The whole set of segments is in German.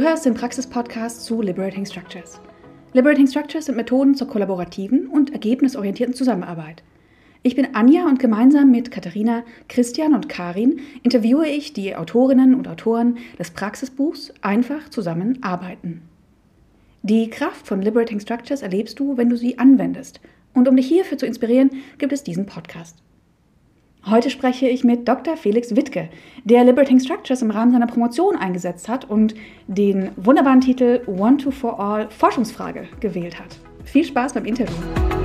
hörst den Praxis-Podcast zu Liberating Structures. Liberating Structures sind Methoden zur kollaborativen und ergebnisorientierten Zusammenarbeit. Ich bin Anja und gemeinsam mit Katharina, Christian und Karin interviewe ich die Autorinnen und Autoren des Praxisbuchs Einfach zusammenarbeiten. Die Kraft von Liberating Structures erlebst du, wenn du sie anwendest. Und um dich hierfür zu inspirieren, gibt es diesen Podcast. Heute spreche ich mit Dr. Felix Wittke, der Liberating Structures im Rahmen seiner Promotion eingesetzt hat und den wunderbaren Titel One to For All Forschungsfrage gewählt hat. Viel Spaß beim Interview.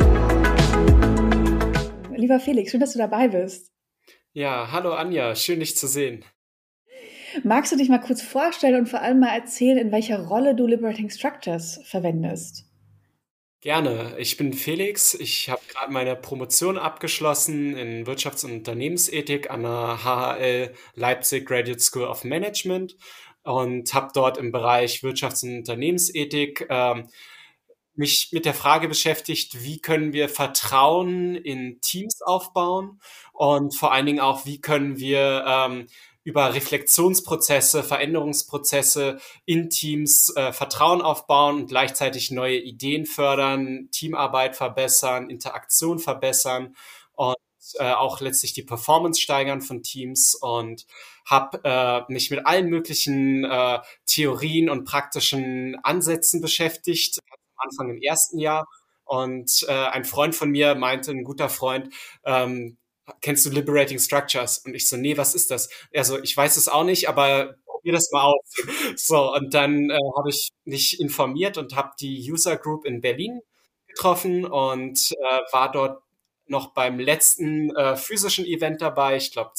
Lieber Felix, schön, dass du dabei bist. Ja, hallo Anja, schön dich zu sehen. Magst du dich mal kurz vorstellen und vor allem mal erzählen, in welcher Rolle du Liberating Structures verwendest? Gerne. Ich bin Felix. Ich habe gerade meine Promotion abgeschlossen in Wirtschafts- und Unternehmensethik an der HHL Leipzig Graduate School of Management und habe dort im Bereich Wirtschafts- und Unternehmensethik mich mit der Frage beschäftigt, wie können wir Vertrauen in Teams aufbauen und vor allen Dingen auch, wie können wir über Reflexionsprozesse, Veränderungsprozesse in Teams Vertrauen aufbauen und gleichzeitig neue Ideen fördern, Teamarbeit verbessern, Interaktion verbessern und auch letztlich die Performance steigern von Teams und habe mich mit allen möglichen Theorien und praktischen Ansätzen beschäftigt, am Anfang im ersten Jahr. Und ein Freund von mir meinte, ein guter Freund, kennst du Liberating Structures? Und ich so, nee, was ist das? Er so, ich weiß es auch nicht, aber probier das mal aus. So, und dann habe ich mich informiert und habe die User Group in Berlin getroffen und war dort noch beim letzten physischen Event dabei. Ich glaube,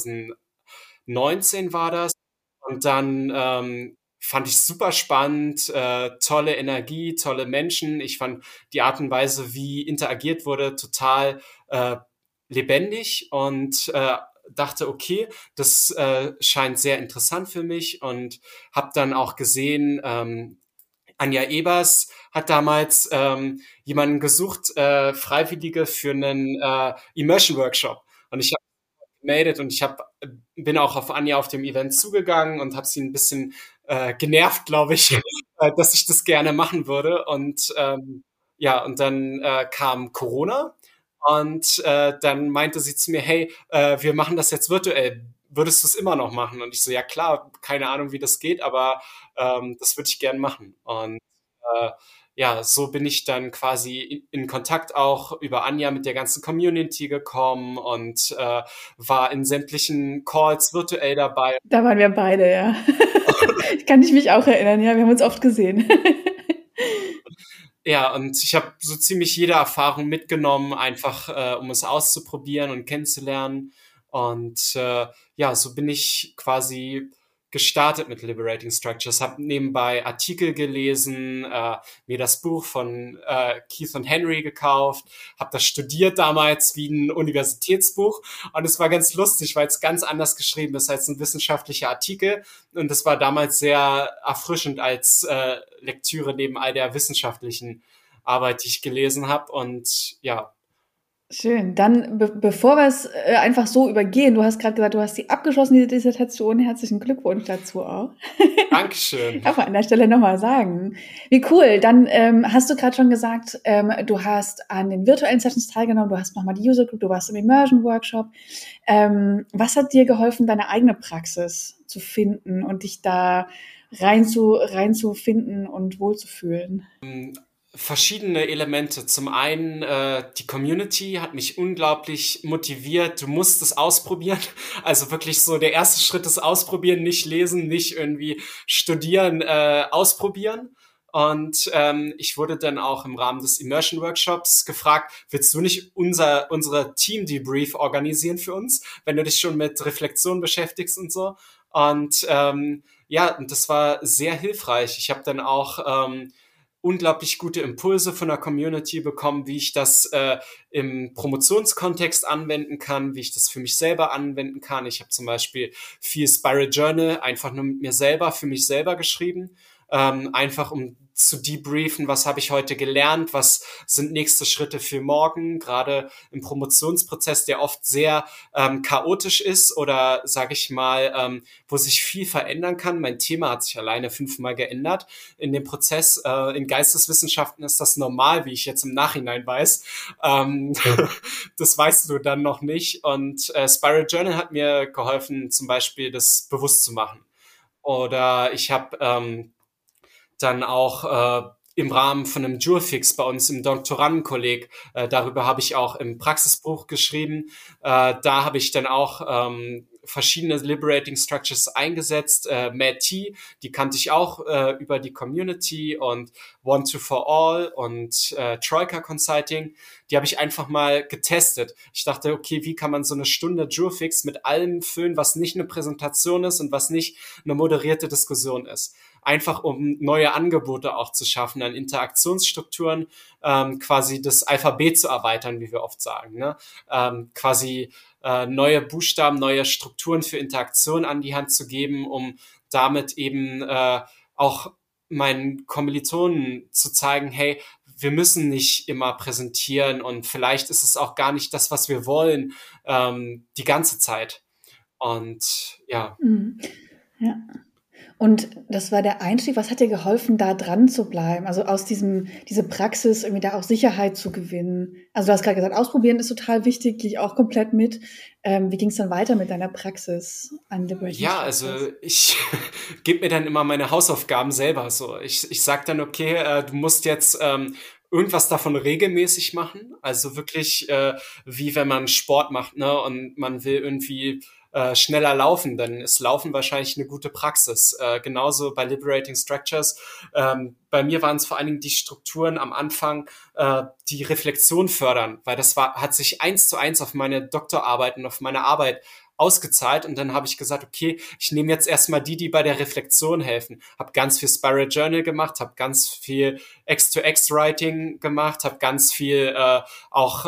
2019 war das. Und dann fand ich super spannend, tolle Energie, tolle Menschen. Ich fand die Art und Weise, wie interagiert wurde, total lebendig und dachte, okay, das scheint sehr interessant für mich und habe dann auch gesehen, Anja Ebers hat damals jemanden gesucht, Freiwillige für einen Immersion Workshop. Und ich habe gemeldet und bin auch auf Anja auf dem Event zugegangen und habe sie ein bisschen genervt, glaube ich, dass ich das gerne machen würde. Und ja, und dann kam Corona und dann meinte sie zu mir, hey, wir machen das jetzt virtuell. Würdest du es immer noch machen? Und ich so, ja klar, keine Ahnung, wie das geht, aber das würde ich gern machen. Und ja, so bin ich dann quasi in Kontakt auch über Anja mit der ganzen Community gekommen und war in sämtlichen Calls virtuell dabei. Da waren wir beide, ja. Ich kann mich auch erinnern, ja, wir haben uns oft gesehen. Ja, und ich habe so ziemlich jede Erfahrung mitgenommen, einfach um es auszuprobieren und kennenzulernen. Und ja, so bin ich quasi gestartet mit Liberating Structures, habe nebenbei Artikel gelesen, mir das Buch von Keith und Henry gekauft, habe das studiert damals wie ein Universitätsbuch und es war ganz lustig, weil es ganz anders geschrieben ist als ein wissenschaftlicher Artikel und das war damals sehr erfrischend als Lektüre neben all der wissenschaftlichen Arbeit, die ich gelesen habe und ja. Schön. Dann, bevor wir es einfach so übergehen, du hast gerade gesagt, du hast die abgeschlossen, die Dissertation. Herzlichen Glückwunsch dazu auch. Dankeschön. Darf man an der Stelle nochmal sagen. Wie cool. Dann hast du gerade schon gesagt, du hast an den virtuellen Sessions teilgenommen, du hast nochmal die User Group, du warst im Immersion Workshop. Was hat dir geholfen, deine eigene Praxis zu finden und dich da reinzufinden und wohlzufühlen? Verschiedene Elemente. Zum einen, die Community hat mich unglaublich motiviert. Du musst es ausprobieren. Also wirklich so der erste Schritt ist ausprobieren, nicht lesen, nicht irgendwie studieren, ausprobieren. Und ich wurde dann auch im Rahmen des Immersion Workshops gefragt, willst du nicht unsere Team-Debrief organisieren für uns, wenn du dich schon mit Reflexion beschäftigst und so. Und ja, und das war sehr hilfreich. Ich habe dann auch unglaublich gute Impulse von der Community bekommen, wie ich das im Promotionskontext anwenden kann, wie ich das für mich selber anwenden kann. Ich habe zum Beispiel viel Spiral Journal einfach nur mit mir selber, für mich selber geschrieben. einfach um zu debriefen, was habe ich heute gelernt, was sind nächste Schritte für morgen, gerade im Promotionsprozess, der oft sehr chaotisch ist oder, sage ich mal, wo sich viel verändern kann. Mein Thema hat sich alleine 5-mal geändert in dem Prozess. In Geisteswissenschaften ist das normal, wie ich jetzt im Nachhinein weiß. Das weißt du dann noch nicht. Und Spiral Journal hat mir geholfen, zum Beispiel das bewusst zu machen. Oder ich habe dann auch im Rahmen von einem Jurfix bei uns im Doktorandenkolleg, darüber habe ich auch im Praxisbuch geschrieben, da habe ich dann auch verschiedene Liberating Structures eingesetzt. Mad T, die kannte ich auch über die Community und One to For All und Troika Consulting. Die habe ich einfach mal getestet. Ich dachte, okay, wie kann man so eine Stunde Jurfix mit allem füllen, was nicht eine Präsentation ist und was nicht eine moderierte Diskussion ist. Einfach um neue Angebote auch zu schaffen an Interaktionsstrukturen, quasi das Alphabet zu erweitern, wie wir oft sagen. Ne? Quasi neue Buchstaben, neue Strukturen für Interaktion an die Hand zu geben, um damit eben auch meinen Kommilitonen zu zeigen, hey, wir müssen nicht immer präsentieren und vielleicht ist es auch gar nicht das, was wir wollen, die ganze Zeit. Und ja. Mhm. Ja. Und das war der Einstieg. Was hat dir geholfen, da dran zu bleiben? Also aus diese Praxis irgendwie da auch Sicherheit zu gewinnen. Also du hast gerade gesagt, ausprobieren ist total wichtig, gehe ich auch komplett mit. Wie ging es dann weiter mit deiner Praxis an Liberating Ja, Structures? also ich gebe mir dann immer meine Hausaufgaben selber so. Ich sag dann, okay, du musst jetzt irgendwas davon regelmäßig machen. Also wirklich wie wenn man Sport macht, ne? Und man will irgendwie schneller laufen, dann ist Laufen wahrscheinlich eine gute Praxis. Genauso bei Liberating Structures. Bei mir waren es vor allen Dingen die Strukturen am Anfang, die Reflexion fördern, weil hat sich 1:1 auf meine Doktorarbeit und auf meine Arbeit ausgezahlt und dann habe ich gesagt, okay, ich nehme jetzt erstmal die bei der Reflexion helfen. Habe ganz viel Spiral Journal gemacht, habe ganz viel X-to-X-Writing gemacht, habe ganz viel auch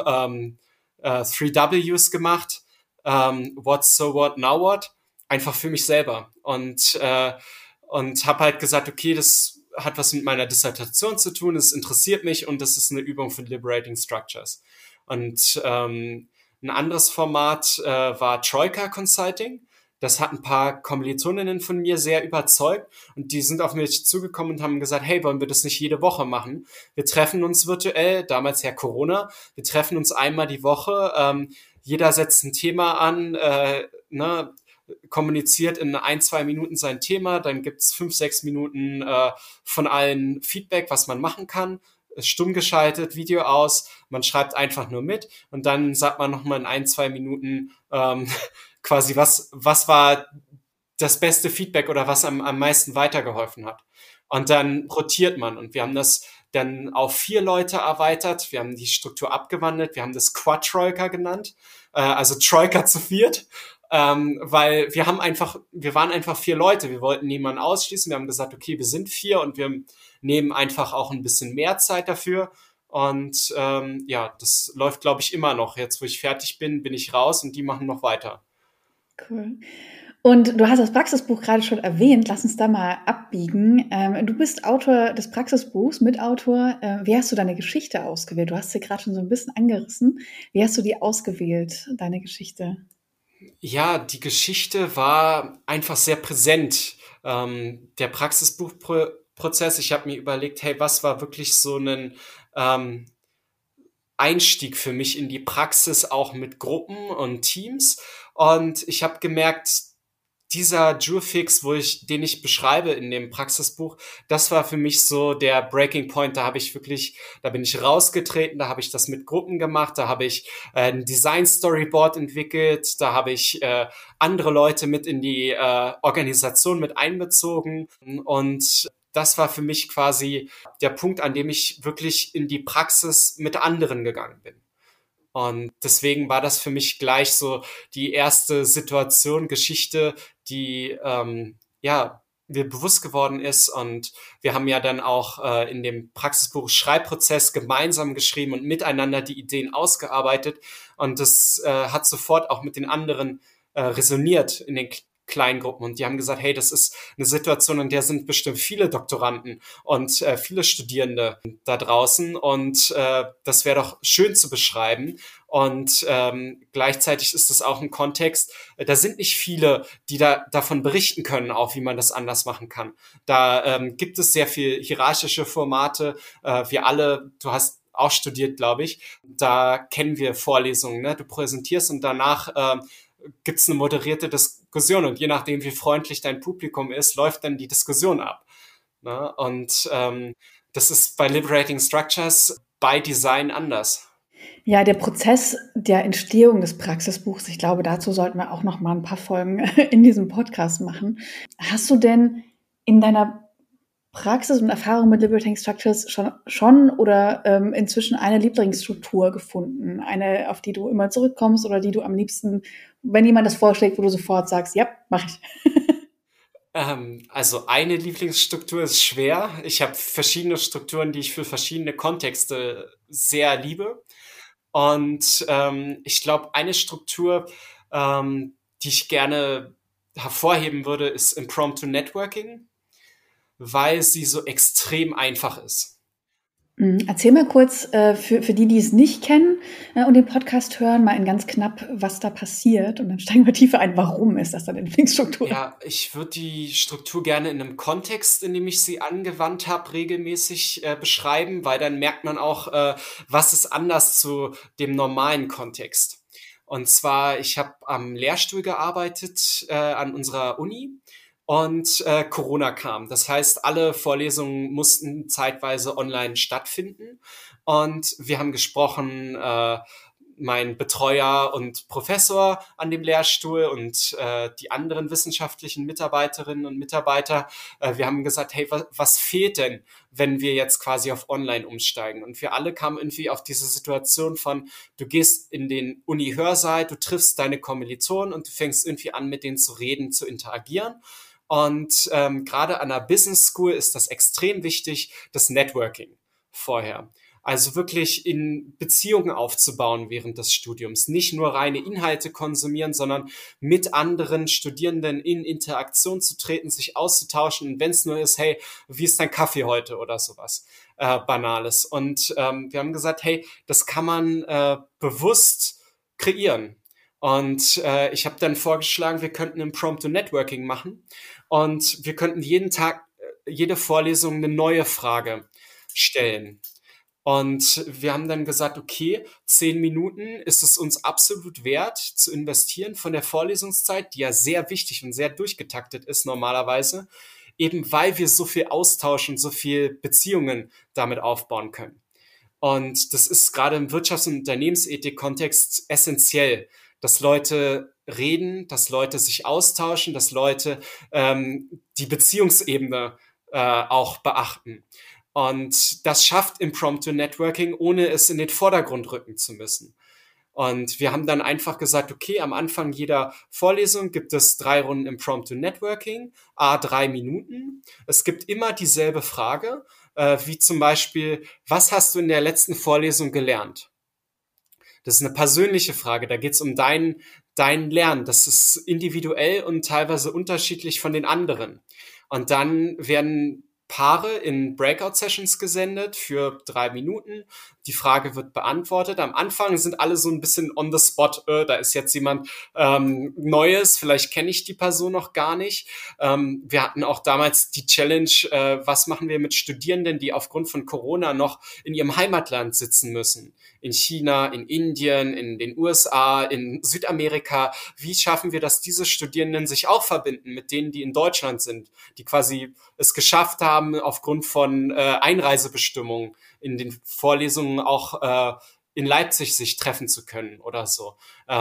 3Ws gemacht, What's so what, now what, einfach für mich selber und habe halt gesagt, okay, das hat was mit meiner Dissertation zu tun, es interessiert mich und das ist eine Übung für Liberating Structures. Und ein anderes Format war Troika Consulting. Das hat ein paar Kommilitoninnen von mir sehr überzeugt und die sind auf mich zugekommen und haben gesagt, hey, wollen wir das nicht jede Woche machen? Wir treffen uns virtuell, damals ja Corona, wir treffen uns einmal die Woche, jeder setzt ein Thema an, ne, kommuniziert in 1-2 Minuten sein Thema, dann gibt's 5-6 Minuten von allen Feedback, was man machen kann, stumm geschaltet, Video aus, man schreibt einfach nur mit und dann sagt man nochmal in 1-2 Minuten quasi, was war das beste Feedback oder was am meisten weitergeholfen hat. Und dann rotiert man und wir haben das dann auf 4 Leute erweitert, wir haben die Struktur abgewandelt, wir haben das Quad-Troika genannt, also Troika zu 4, weil wir waren einfach 4 Leute, wir wollten niemanden ausschließen, wir haben gesagt, okay, wir sind 4 und wir nehmen einfach auch ein bisschen mehr Zeit dafür und ja, das läuft, glaube ich, immer noch. Jetzt, wo ich fertig bin, bin ich raus und die machen noch weiter. Cool. Und du hast das Praxisbuch gerade schon erwähnt. Lass uns da mal abbiegen. Du bist Autor des Praxisbuchs, Mitautor. Wie hast du deine Geschichte ausgewählt? Du hast sie gerade schon so ein bisschen angerissen. Wie hast du die ausgewählt, deine Geschichte? Ja, die Geschichte war einfach sehr präsent. Der Praxisbuchprozess, ich habe mir überlegt, hey, was war wirklich so ein Einstieg für mich in die Praxis, auch mit Gruppen und Teams. Und ich habe gemerkt, dieser Jurfix, den ich beschreibe in dem Praxisbuch, das war für mich so der Breaking Point. Da bin ich rausgetreten, da habe ich das mit Gruppen gemacht, da habe ich ein Design Storyboard entwickelt, da habe ich andere Leute mit in die Organisation mit einbezogen und das war für mich quasi der Punkt, an dem ich wirklich in die Praxis mit anderen gegangen bin. Und deswegen war das für mich gleich so die erste Situation, Geschichte, die ja mir bewusst geworden ist. Und wir haben ja dann auch in dem Praxisbuch Schreibprozess gemeinsam geschrieben und miteinander die Ideen ausgearbeitet. Und das hat sofort auch mit den anderen resoniert in den Kleingruppen. Und die haben gesagt, hey, das ist eine Situation, in der sind bestimmt viele Doktoranden und viele Studierende da draußen. Und das wäre doch schön zu beschreiben. Und gleichzeitig ist es auch ein Kontext, da sind nicht viele, die davon berichten können, auch wie man das anders machen kann. Da gibt es sehr viel hierarchische Formate. Wir alle, du hast auch studiert, glaube ich, da kennen wir Vorlesungen. Ne? Du präsentierst und danach gibt es eine moderierte Diskussion. Und je nachdem, wie freundlich dein Publikum ist, läuft dann die Diskussion ab. Ne? Und das ist bei Liberating Structures by Design anders. Ja, der Prozess der Entstehung des Praxisbuchs, ich glaube, dazu sollten wir auch noch mal ein paar Folgen in diesem Podcast machen. Hast du denn in deiner Praxis und Erfahrung mit Liberating Structures schon oder inzwischen eine Lieblingsstruktur gefunden? Eine, auf die du immer zurückkommst oder die du am liebsten, wenn jemand das vorschlägt, wo du sofort sagst, ja, mach ich. Also eine Lieblingsstruktur ist schwer. Ich habe verschiedene Strukturen, die ich für verschiedene Kontexte sehr liebe. Und ich glaube, eine Struktur, die ich gerne hervorheben würde, ist Impromptu Networking, weil sie so extrem einfach ist. Erzähl mal kurz für die, die es nicht kennen und den Podcast hören, mal in ganz knapp, was da passiert. Und dann steigen wir tiefer ein, warum ist das dann eine Lieblingsstruktur? Ja, ich würde die Struktur gerne in einem Kontext, in dem ich sie angewandt habe, regelmäßig beschreiben, weil dann merkt man auch, was ist anders zu dem normalen Kontext. Und zwar, ich habe am Lehrstuhl gearbeitet an unserer Uni und Corona kam. Das heißt, alle Vorlesungen mussten zeitweise online stattfinden. Und wir haben gesprochen, mein Betreuer und Professor an dem Lehrstuhl und die anderen wissenschaftlichen Mitarbeiterinnen und Mitarbeiter. Wir haben gesagt, hey, was fehlt denn, wenn wir jetzt quasi auf Online umsteigen? Und wir alle kamen irgendwie auf diese Situation von, du gehst in den Uni-Hörsaal, du triffst deine Kommilitonen und du fängst irgendwie an, mit denen zu reden, zu interagieren. Und gerade an der Business School ist das extrem wichtig, das Networking vorher. Also wirklich in Beziehungen aufzubauen während des Studiums. Nicht nur reine Inhalte konsumieren, sondern mit anderen Studierenden in Interaktion zu treten, sich auszutauschen. Und wenn es nur ist, hey, wie ist dein Kaffee heute oder sowas Banales. Und wir haben gesagt, hey, das kann man bewusst kreieren. Und ich habe dann vorgeschlagen, wir könnten Impromptu Networking machen und wir könnten jeden Tag, jede Vorlesung eine neue Frage stellen. Und wir haben dann gesagt, okay, 10 Minuten ist es uns absolut wert zu investieren von der Vorlesungszeit, die ja sehr wichtig und sehr durchgetaktet ist normalerweise, eben weil wir so viel Austausch und so viel Beziehungen damit aufbauen können. Und das ist gerade im Wirtschafts- und Unternehmensethik-Kontext essentiell, dass Leute reden, dass Leute sich austauschen, dass Leute die Beziehungsebene auch beachten. Und das schafft Impromptu Networking, ohne es in den Vordergrund rücken zu müssen. Und wir haben dann einfach gesagt, okay, am Anfang jeder Vorlesung gibt es 3 Runden Impromptu Networking, 3 Minuten. Es gibt immer dieselbe Frage, wie zum Beispiel, was hast du in der letzten Vorlesung gelernt? Das ist eine persönliche Frage, da geht es um dein Lernen. Das ist individuell und teilweise unterschiedlich von den anderen. Und dann werden Paare in Breakout-Sessions gesendet für 3 Minuten. Die Frage wird beantwortet. Am Anfang sind alle so ein bisschen on the spot. Da ist jetzt jemand Neues. Vielleicht kenne ich die Person noch gar nicht. Wir hatten auch damals die Challenge, was machen wir mit Studierenden, die aufgrund von Corona noch in ihrem Heimatland sitzen müssen? In China, in Indien, in den USA, in Südamerika. Wie schaffen wir, dass diese Studierenden sich auch verbinden mit denen, die in Deutschland sind, die quasi es geschafft haben, aufgrund von Einreisebestimmungen in den Vorlesungen auch in Leipzig sich treffen zu können oder so.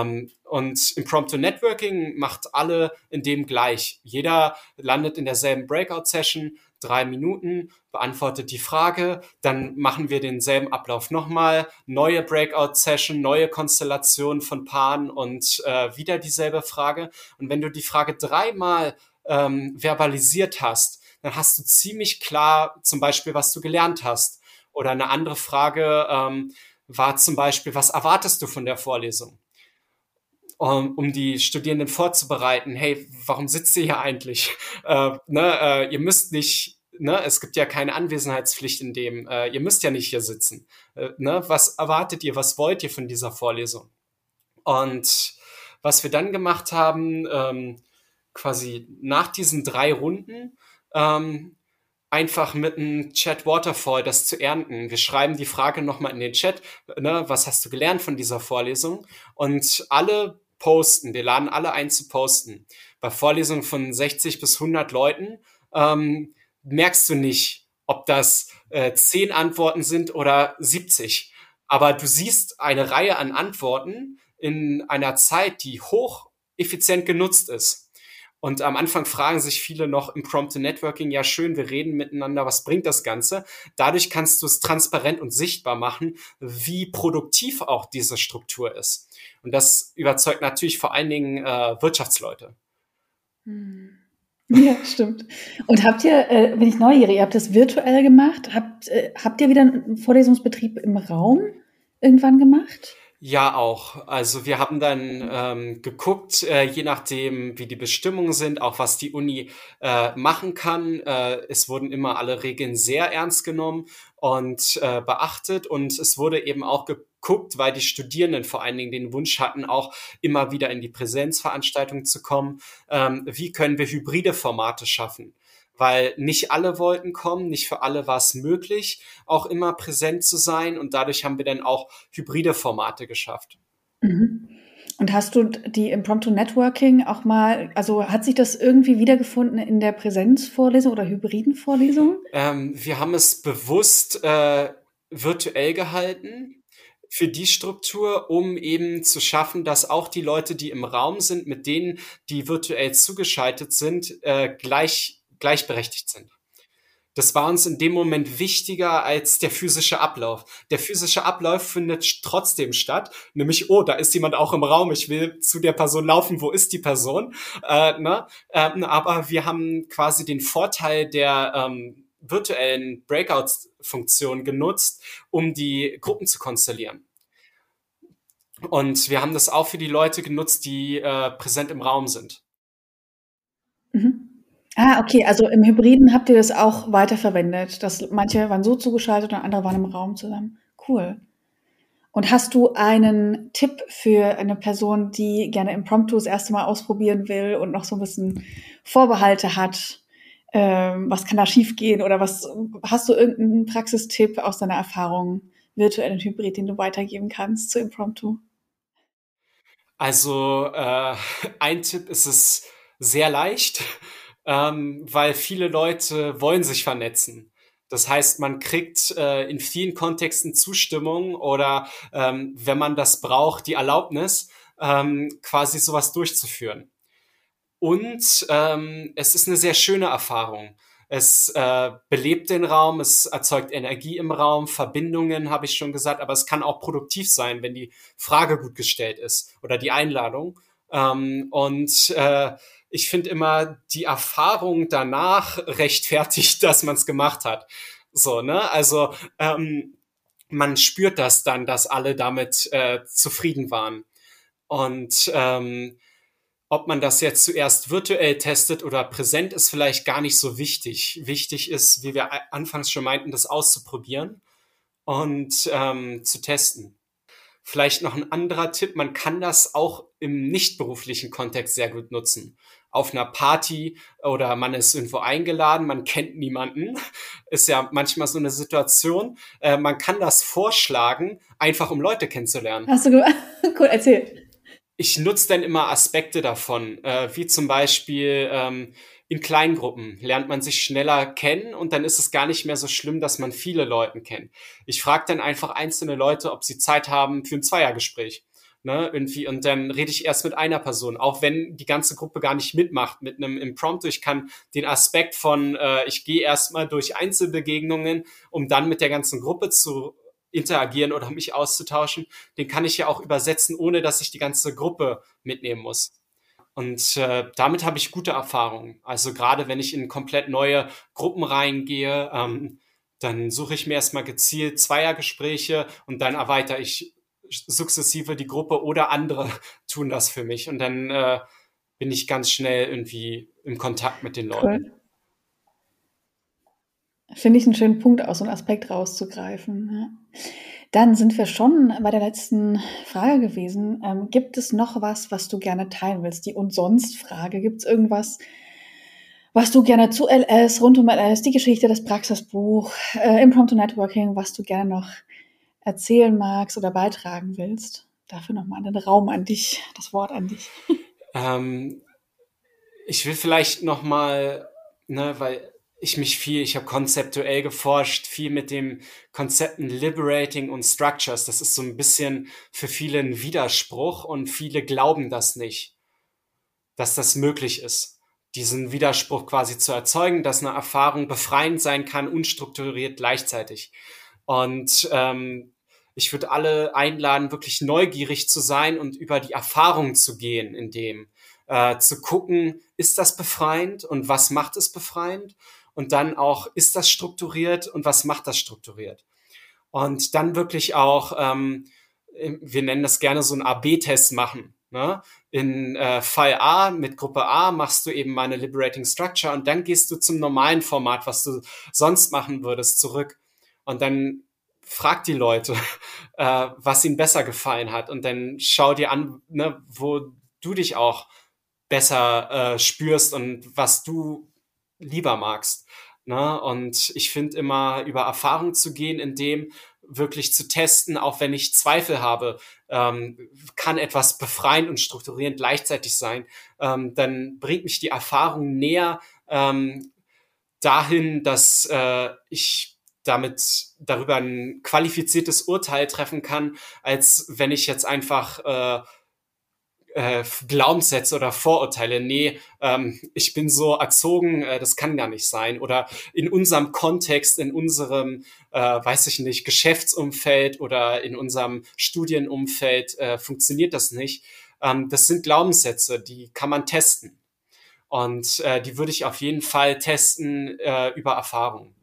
Und Impromptu Networking macht alle in dem gleich. Jeder landet in derselben Breakout-Session, 3 Minuten, beantwortet die Frage, dann machen wir denselben Ablauf nochmal, neue Breakout-Session, neue Konstellation von Paaren und wieder dieselbe Frage. Und wenn du die Frage 3-mal verbalisiert hast, dann hast du ziemlich klar zum Beispiel, was du gelernt hast. Oder eine andere Frage war zum Beispiel, was erwartest du von der Vorlesung? um die Studierenden vorzubereiten. Hey, warum sitzt ihr hier eigentlich? Ihr müsst nicht, es gibt ja keine Anwesenheitspflicht in dem, ihr müsst ja nicht hier sitzen. Was erwartet ihr, was wollt ihr von dieser Vorlesung? Und was wir dann gemacht haben, quasi nach diesen 3 Runden, einfach mit einem Chat Waterfall das zu ernten. Wir schreiben die Frage nochmal in den Chat, was hast du gelernt von dieser Vorlesung? Und alle posten, wir laden alle ein zu posten. Bei Vorlesungen von 60 bis 100 Leuten merkst du nicht, ob das 10 Antworten sind oder 70. Aber du siehst eine Reihe an Antworten in einer Zeit, die hoch effizient genutzt ist. Und am Anfang fragen sich viele noch Impromptu Networking, ja schön, wir reden miteinander, was bringt das Ganze? Dadurch kannst du es transparent und sichtbar machen, wie produktiv auch diese Struktur ist. Und das überzeugt natürlich vor allen Dingen Wirtschaftsleute. Ja, stimmt. Und habt ihr, bin ich neugierig, ihr habt das virtuell gemacht? Habt ihr wieder einen Vorlesungsbetrieb im Raum irgendwann gemacht? Ja, auch. Also wir haben dann geguckt, je nachdem, wie die Bestimmungen sind, auch was die Uni machen kann. Es wurden immer alle Regeln sehr ernst genommen und beachtet. Und es wurde eben auch geguckt, weil die Studierenden vor allen Dingen den Wunsch hatten, auch immer wieder in die Präsenzveranstaltungen zu kommen. Wie können wir hybride Formate schaffen? Weil nicht alle wollten kommen, nicht für alle war es möglich, auch immer präsent zu sein und dadurch haben wir dann auch hybride Formate geschafft. Mhm. Und hast du die Impromptu Networking auch mal, also hat sich das irgendwie wiedergefunden in der Präsenzvorlesung oder hybriden Vorlesung? Wir haben es bewusst virtuell gehalten für die Struktur, um eben zu schaffen, dass auch die Leute, die im Raum sind, mit denen, die virtuell zugeschaltet sind, gleichberechtigt sind. Das war uns in dem Moment wichtiger als der physische Ablauf. Der physische Ablauf findet trotzdem statt, nämlich, oh, da ist jemand auch im Raum, ich will zu der Person laufen, wo ist die Person? Aber wir haben quasi den Vorteil der virtuellen Breakout-Funktion genutzt, um die Gruppen zu konstellieren. Und wir haben das auch für die Leute genutzt, die präsent im Raum sind. Mhm. Ah, okay, also im Hybriden habt ihr das auch weiterverwendet, dass manche waren so zugeschaltet und andere waren im Raum zusammen. Cool. Und hast du einen Tipp für eine Person, die gerne Impromptu das erste Mal ausprobieren will und noch so ein bisschen Vorbehalte hat? Was kann da schiefgehen? Oder hast du irgendeinen Praxistipp aus deiner Erfahrung, virtuell und hybrid, den du weitergeben kannst zu Impromptu? Also ein Tipp ist es sehr leicht, weil viele Leute wollen sich vernetzen. Das heißt, man kriegt in vielen Kontexten Zustimmung oder wenn man das braucht, die Erlaubnis, quasi sowas durchzuführen. Und es ist eine sehr schöne Erfahrung. Es belebt den Raum, es erzeugt Energie im Raum, Verbindungen, habe ich schon gesagt, aber es kann auch produktiv sein, wenn die Frage gut gestellt ist oder die Einladung. Ich finde immer, die Erfahrung danach rechtfertigt, dass man es gemacht hat. So, ne? Also man spürt das dann, dass alle damit zufrieden waren. Und ob man das jetzt zuerst virtuell testet oder präsent, ist vielleicht gar nicht so wichtig. Wichtig ist, wie wir anfangs schon meinten, das auszuprobieren und zu testen. Vielleicht noch ein anderer Tipp, man kann das auch im nichtberuflichen Kontext sehr gut nutzen. Auf einer Party oder man ist irgendwo eingeladen, man kennt niemanden, ist ja manchmal so eine Situation. Man kann das vorschlagen, einfach um Leute kennenzulernen. Hast du cool, erzähl. Ich nutze dann immer Aspekte davon, wie zum Beispiel in Kleingruppen lernt man sich schneller kennen und dann ist es gar nicht mehr so schlimm, dass man viele Leute kennt. Ich frage dann einfach einzelne Leute, ob sie Zeit haben für ein Zweiergespräch. Ne, irgendwie, und dann rede ich erst mit einer Person, auch wenn die ganze Gruppe gar nicht mitmacht, mit einem Impromptu. Ich kann den Aspekt von, ich gehe erstmal durch Einzelbegegnungen, um dann mit der ganzen Gruppe zu interagieren oder mich auszutauschen, den kann ich ja auch übersetzen, ohne dass ich die ganze Gruppe mitnehmen muss. Und damit habe ich gute Erfahrungen. Also gerade wenn ich in komplett neue Gruppen reingehe, dann suche ich mir erstmal gezielt Zweiergespräche und dann erweitere ich sukzessive die Gruppe oder andere tun das für mich. Und dann bin ich ganz schnell irgendwie im Kontakt mit den Leuten. Cool. Finde ich einen schönen Punkt, aus so einem Aspekt rauszugreifen. Ja. Dann sind wir schon bei der letzten Frage gewesen. Gibt es noch was du gerne teilen willst? Die Und-Sonst-Frage. Gibt es irgendwas, was du gerne zu LS, rund um LS, die Geschichte, das Praxisbuch, Impromptu Networking, was du gerne noch erzählen magst oder beitragen willst? Dafür nochmal den Raum an dich, das Wort an dich. Ich will vielleicht nochmal, weil ich habe konzeptuell geforscht, viel mit dem Konzepten Liberating und Structures. Das ist so ein bisschen für viele ein Widerspruch und viele glauben das nicht, dass das möglich ist, diesen Widerspruch quasi zu erzeugen, dass eine Erfahrung befreiend sein kann, unstrukturiert gleichzeitig. Und ich würde alle einladen, wirklich neugierig zu sein und über die Erfahrung zu gehen, in dem zu gucken, ist das befreiend und was macht es befreiend? Und dann auch, ist das strukturiert und was macht das strukturiert? Und dann wirklich auch, wir nennen das gerne so einen A/B-Test machen. Ne? In Fall A mit Gruppe A machst du eben mal eine Liberating Structure und dann gehst du zum normalen Format, was du sonst machen würdest, zurück. Und dann frag die Leute, was ihnen besser gefallen hat. Und dann schau dir an, wo du dich auch besser spürst und was du lieber magst. Ne? Und ich finde immer, über Erfahrung zu gehen, in dem wirklich zu testen, auch wenn ich Zweifel habe, kann etwas befreiend und strukturierend gleichzeitig sein, dann bringt mich die Erfahrung näher dahin, dass ich damit darüber ein qualifiziertes Urteil treffen kann, als wenn ich jetzt einfach Glaubenssätze oder Vorurteile, ich bin so erzogen, das kann gar nicht sein. Oder in unserem Kontext, in unserem, Geschäftsumfeld oder in unserem Studienumfeld funktioniert das nicht. Das sind Glaubenssätze, die kann man testen. Und die würde ich auf jeden Fall testen über Erfahrung.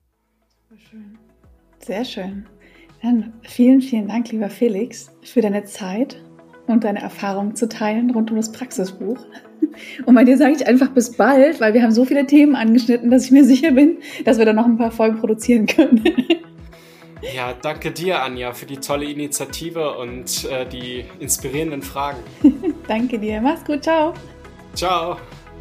Sehr schön. Dann vielen, vielen Dank, lieber Felix, für deine Zeit und deine Erfahrungen zu teilen rund um das Praxisbuch. Und bei dir sage ich einfach bis bald, weil wir haben so viele Themen angeschnitten, dass ich mir sicher bin, dass wir da noch ein paar Folgen produzieren können. Ja, danke dir, Anja, für die tolle Initiative und die inspirierenden Fragen. Danke dir. Mach's gut. Ciao. Ciao.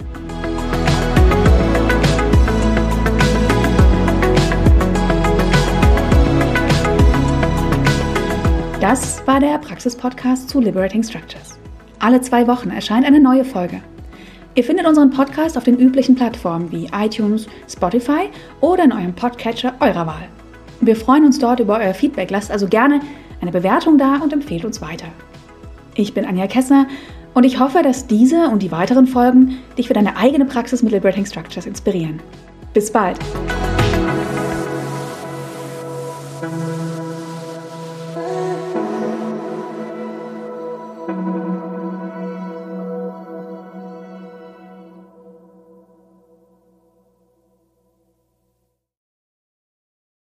Das war der Praxis-Podcast zu Liberating Structures. Alle 2 Wochen erscheint eine neue Folge. Ihr findet unseren Podcast auf den üblichen Plattformen wie iTunes, Spotify oder in eurem Podcatcher eurer Wahl. Wir freuen uns dort über euer Feedback. Lasst also gerne eine Bewertung da und empfehlt uns weiter. Ich bin Anja Kessner und ich hoffe, dass diese und die weiteren Folgen dich für deine eigene Praxis mit Liberating Structures inspirieren. Bis bald!